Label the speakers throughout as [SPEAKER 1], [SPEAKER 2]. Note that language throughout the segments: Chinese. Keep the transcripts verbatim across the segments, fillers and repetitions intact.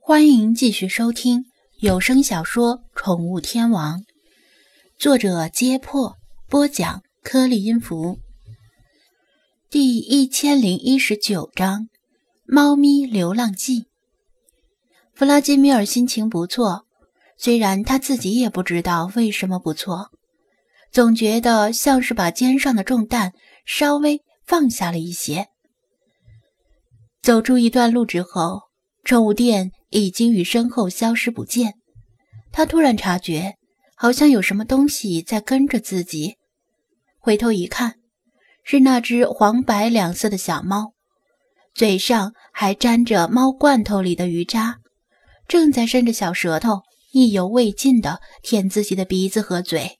[SPEAKER 1] 欢迎继续收听有声小说《宠物天王》，作者揭破，播讲颗粒音符，第一千零一十九章《猫咪流浪记》。弗拉基米尔心情不错，虽然他自己也不知道为什么不错，总觉得像是把肩上的重担稍微放下了一些。走出一段路之后，宠物店已经于身后消失不见。他突然察觉，好像有什么东西在跟着自己。回头一看，是那只黄白两色的小猫，嘴上还沾着猫罐头里的鱼渣，正在伸着小舌头，意犹未尽地舔自己的鼻子和嘴。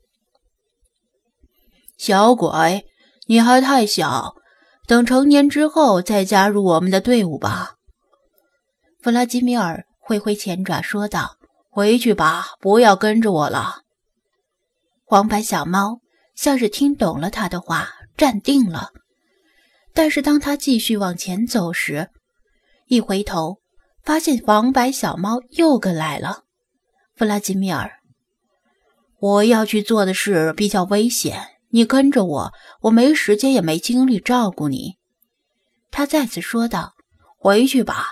[SPEAKER 2] 小鬼，你还太小，等成年之后再加入我们的队伍吧。
[SPEAKER 1] 弗拉基米尔挥挥前爪说道，
[SPEAKER 2] 回去吧，不要跟着我了。
[SPEAKER 1] 黄白小猫像是听懂了他的话，站定了。但是当他继续往前走时，一回头发现黄白小猫又跟来了。弗拉基米尔，
[SPEAKER 2] 我要去做的事比较危险，你跟着我，我没时间也没精力照顾你。
[SPEAKER 1] 他再次说道，
[SPEAKER 2] 回去吧。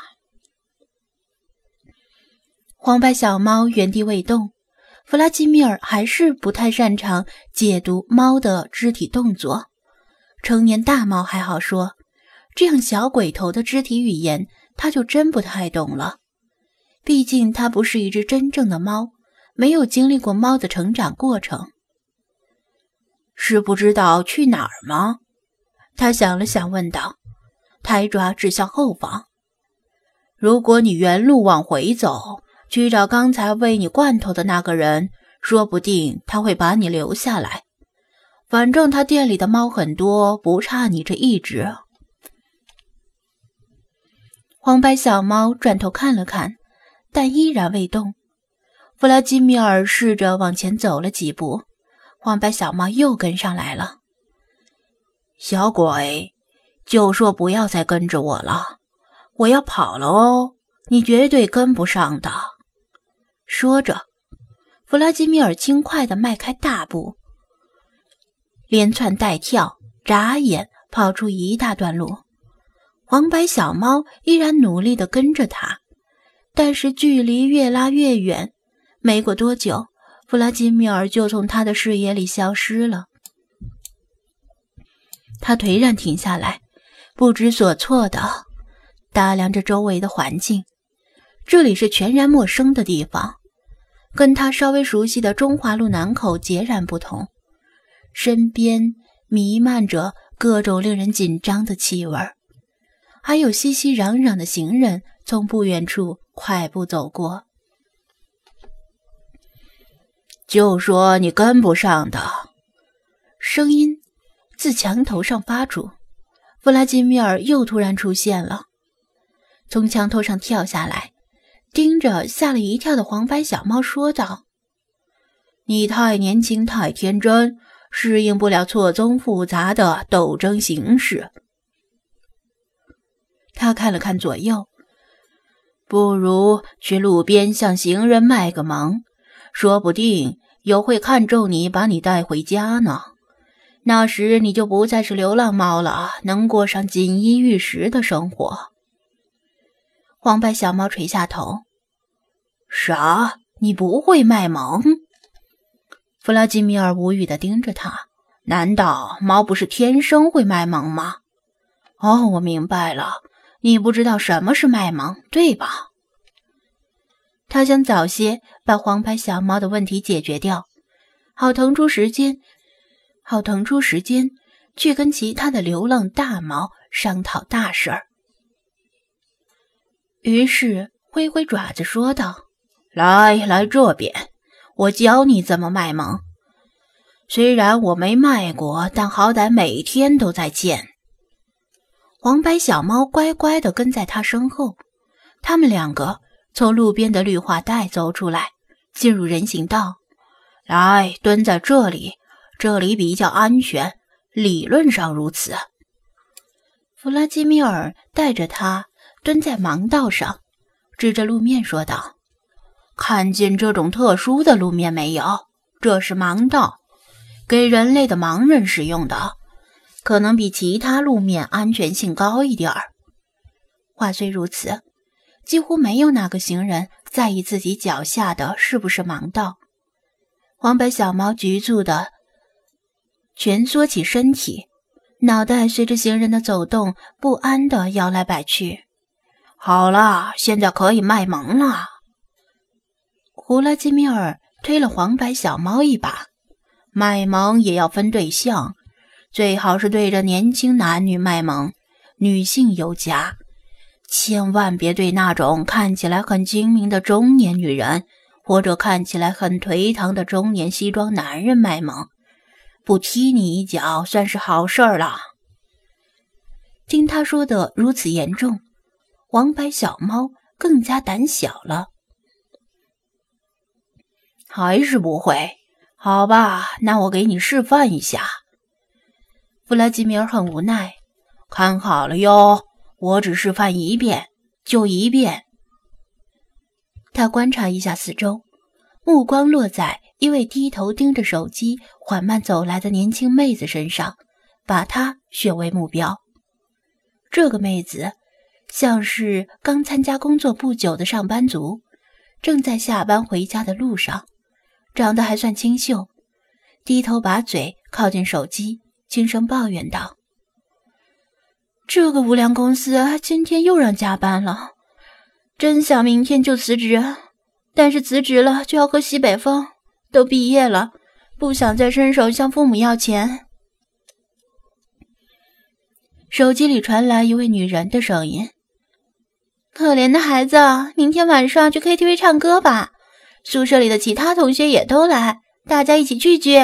[SPEAKER 1] 黄白小猫原地未动，弗拉基米尔还是不太擅长解读猫的肢体动作。成年大猫还好说，这样小鬼头的肢体语言他就真不太懂了。毕竟他不是一只真正的猫，没有经历过猫的成长过程。
[SPEAKER 2] 是不知道去哪儿吗？
[SPEAKER 1] 他想了想问道，抬爪指向后方。
[SPEAKER 2] 如果你原路往回走，去找刚才喂你罐头的那个人，说不定他会把你留下来。反正他店里的猫很多，不差你这一只。
[SPEAKER 1] 黄白小猫转头看了看，但依然未动。弗拉基米尔试着往前走了几步，黄白小猫又跟上来了。
[SPEAKER 2] 小鬼，就说不要再跟着我了，我要跑了哦，你绝对跟不上的。
[SPEAKER 1] 说着，弗拉基米尔轻快地迈开大步，连窜带跳，眨眼跑出一大段路。黄白小猫依然努力地跟着他，但是距离越拉越远，没过多久，弗拉基米尔就从他的视野里消失了。他颓然停下来，不知所措地打量着周围的环境。这里是全然陌生的地方，跟他稍微熟悉的中华路南口截然不同。身边弥漫着各种令人紧张的气味，还有熙熙攘攘的行人从不远处快步走过。
[SPEAKER 2] 就说你跟不上的。
[SPEAKER 1] 声音自墙头上发出，弗拉基米尔又突然出现了，从墙头上跳下来，盯着吓了一跳的黄白小猫说道，
[SPEAKER 2] 你太年轻太天真，适应不了错综复杂的斗争形式。
[SPEAKER 1] 他看了看左右，
[SPEAKER 2] 不如去路边向行人卖个萌，说不定有会看中你，把你带回家呢。那时你就不再是流浪猫了，能过上锦衣玉食的生活。
[SPEAKER 1] 黄白小猫垂下头。
[SPEAKER 2] 啥？你不会卖萌？
[SPEAKER 1] 弗拉基米尔无语地盯着他。
[SPEAKER 2] 难道猫不是天生会卖萌吗？
[SPEAKER 1] 哦，我明白了，你不知道什么是卖萌，对吧？他想早些把黄白小猫的问题解决掉，好腾出时间，好腾出时间去跟其他的流浪大猫商讨大事儿。于是挥挥爪子说道，
[SPEAKER 2] 来来这边，我教你怎么卖萌。虽然我没卖过，但好歹每天都在见。
[SPEAKER 1] 黄白小猫乖乖地跟在他身后，他们两个从路边的绿化带走出来，进入人行道。
[SPEAKER 2] 来，蹲在这里，这里比较安全，理论上如此。
[SPEAKER 1] 弗拉基米尔带着他蹲在盲道上，
[SPEAKER 2] 指着路面说道：“看见这种特殊的路面没有？这是盲道，给人类的盲人使用的，可能比其他路面安全性高一点儿。”话虽如此，几乎没有哪个行人在意自己脚下的是不是盲道。黄白小猫局促地蜷缩起身体，脑袋随着行人的走动不安地摇来摆去。好了，现在可以卖萌了。胡拉基米尔推了黄白小猫一把，卖萌也要分对象，最好是对着年轻男女卖萌，女性有加，千万别对那种看起来很精明的中年女人，或者看起来很颓唐的中年西装男人卖萌，不踢你一脚算是好事儿了。听他说的如此严重，黄白小猫更加胆小了。还是不会，好吧，那我给你示范一下。弗拉基米尔很无奈，看好了哟，我只示范一遍，就一遍。他观察一下四周，目光落在一位低头盯着手机缓慢走来的年轻妹子身上，把她选为目标。这个妹子像是刚参加工作不久的上班族，正在下班回家的路上，长得还算清秀，低头把嘴靠近手机，轻声抱怨道：“这个无良公司今天又让加班了，真想明天就辞职，但是辞职了就要喝西北风，都毕业了，不想再伸手向父母要钱。”手机里传来一位女人的声音：“可怜的孩子，明天晚上去 K T V 唱歌吧，宿舍里的其他同学也都来，大家一起聚聚。”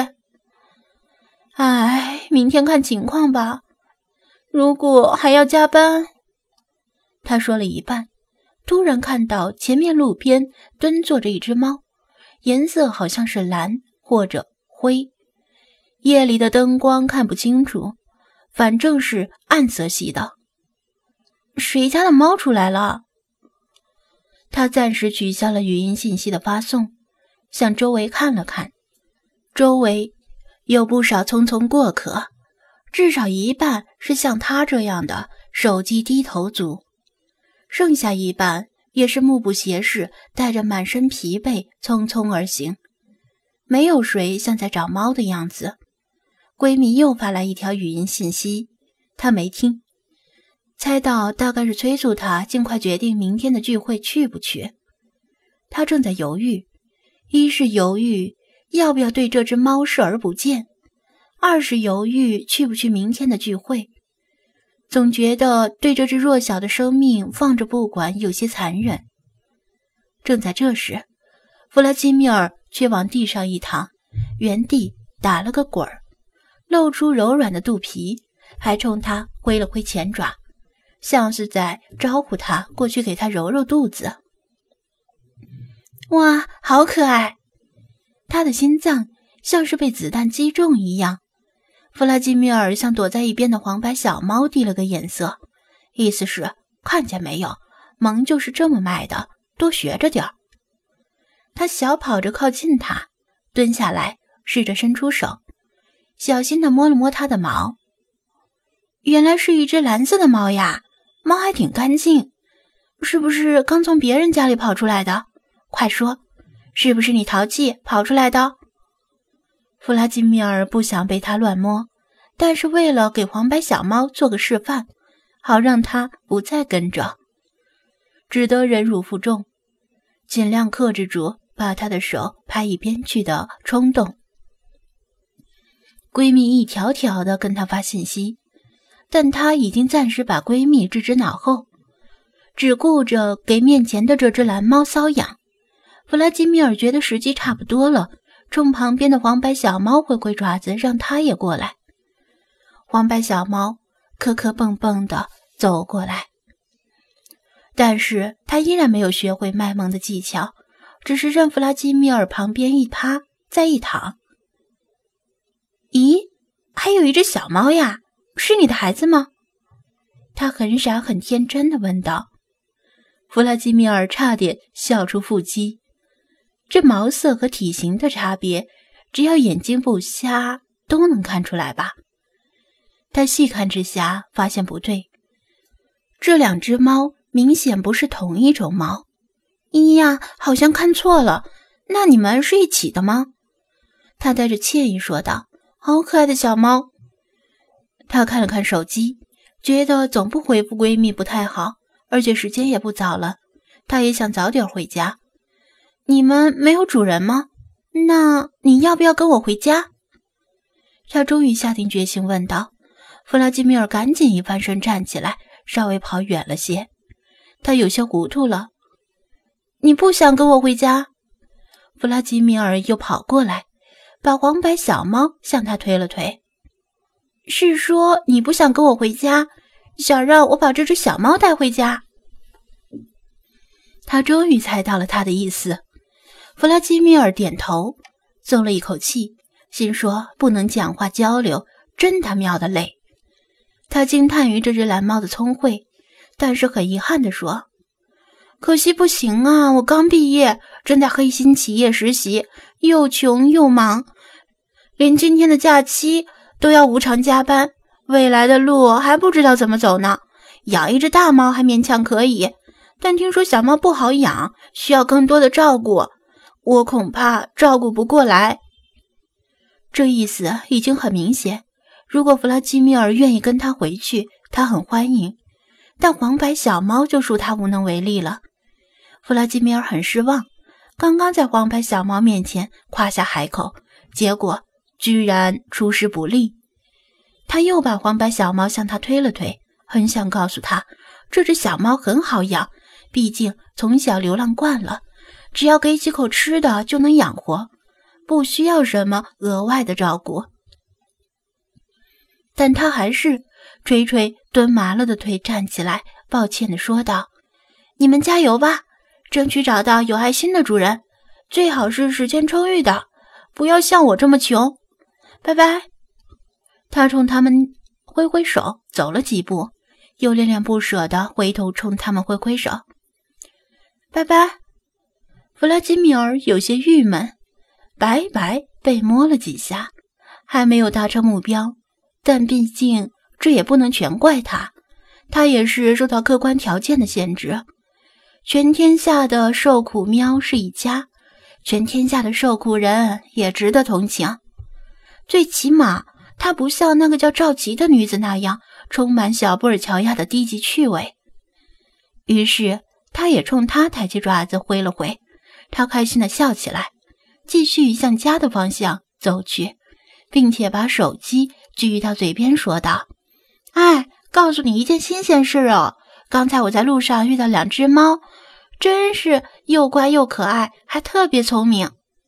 [SPEAKER 2] 哎，明天看情况吧，如果还要加班。他说了一半，突然看到前面路边蹲坐着一只猫，颜色好像是蓝或者灰，夜里的灯光看不清楚，反正是暗色系的。谁家的猫出来了？他暂时取消了语音信息的发送，向周围看了看，周围有不少匆匆过客，至少一半是像他这样的手机低头族，剩下一半也是目不斜视，带着满身疲惫匆匆而行，没有谁像在找猫的样子。闺蜜又发来一条语音信息，她没听，猜到大概是催促她尽快决定明天的聚会去不去。她正在犹豫，一是犹豫要不要对这只猫视而不见，二是犹豫去不去明天的聚会，总觉得对这只弱小的生命放着不管有些残忍。正在这时，弗拉基米尔却往地上一躺，原地打了个滚儿，露出柔软的肚皮，还冲他挥了挥前爪，像是在招呼他过去给他揉揉肚子。哇，好可爱！他的心脏像是被子弹击中一样。弗拉基米尔向躲在一边的黄白小猫递了个眼色，意思是看见没有，萌就是这么卖的，多学着点儿。他小跑着靠近他，蹲下来试着伸出手，小心地摸了摸它的毛。原来是一只蓝色的猫呀，猫还挺干净，是不是刚从别人家里跑出来的？快说，是不是你淘气跑出来的？弗拉基米尔不想被它乱摸，但是为了给黄白小猫做个示范，好让它不再跟着，只得忍辱负重，尽量克制住把她的手拍一边去的冲动。闺蜜一条条的跟她发信息，但她已经暂时把闺蜜置之脑后，只顾着给面前的这只蓝猫搔痒。弗拉基米尔觉得时机差不多了，冲旁边的黄白小猫挥挥爪子，让它也过来。黄白小猫磕磕蹦蹦的走过来，但是它依然没有学会卖萌的技巧，只是让弗拉基米尔旁边一趴，再一躺。咦，还有一只小猫呀，是你的孩子吗？他很傻很天真地问道。
[SPEAKER 1] 弗拉基米尔差点笑出腹肌。这毛色和体型的差别，只要眼睛不瞎都能看出来吧。他细看之下发现不对，这两只猫明显不是同一种猫。咦呀，好像看错了，那你们是一起的吗？他带着歉意说道。好可爱的小猫。他看了看手机，觉得总不回复闺蜜不太好，而且时间也不早了，他也想早点回家。你们没有主人吗？那你要不要跟我回家？他终于下定决心问道。弗拉基米尔赶紧一翻身站起来，稍微跑远了些。他有些糊涂了。你不想跟我回家？弗拉基米尔又跑过来，把黄白小猫向他推了推。是说你不想跟我回家，想让我把这只小猫带回家？他终于猜到了他的意思。弗拉基米尔点头，松了一口气，心说不能讲话交流，真他喵的累。他惊叹于这只蓝猫的聪慧，但是很遗憾地说，可惜不行啊，我刚毕业，正在黑心企业实习，又穷又忙，连今天的假期都要无偿加班，未来的路还不知道怎么走呢。养一只大猫还勉强可以，但听说小猫不好养，需要更多的照顾，我恐怕照顾不过来。这意思已经很明显，如果弗拉基米尔愿意跟他回去，他很欢迎，但黄白小猫就属他无能为力了。弗拉基米尔很失望，刚刚在黄白小猫面前夸下海口，结果居然出师不利。他又把黄白小猫向他推了推，很想告诉他，这只小猫很好养，毕竟从小流浪惯了，只要给几口吃的就能养活，不需要什么额外的照顾。但他还是捶捶蹲麻了的腿站起来，抱歉地说道，你们加油吧，争取找到有爱心的主人，最好是时间充裕的，不要像我这么穷。拜拜。他冲他们挥挥手，走了几步，又恋恋不舍地回头冲他们挥挥手。拜拜。弗拉基米尔有些郁闷，白白被摸了几下，还没有达成目标，但毕竟这也不能全怪他，他也是受到客观条件的限制。全天下的受苦喵是一家，全天下的受苦人也值得同情。最起码他不像那个叫赵琪的女子那样充满小布尔乔亚的低级趣味。于是他也冲他抬起爪子挥了挥，他开心地笑起来，继续向家的方向走去，并且把手机举到嘴边说道，哎，告诉你一件新鲜事哦，刚才我在路上遇到两只猫，真是又乖又可爱，还特别聪明。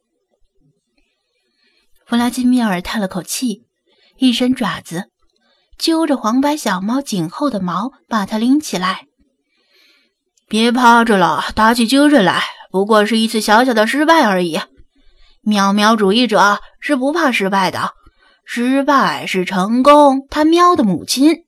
[SPEAKER 1] 弗拉基米尔叹了口气，一伸爪子揪着黄白小猫颈后的毛，把它拎起来。别趴着了，打起精神来，不过是一次小小的失败而已。喵喵主义者是不怕失败的，失败是成功他喵的母亲。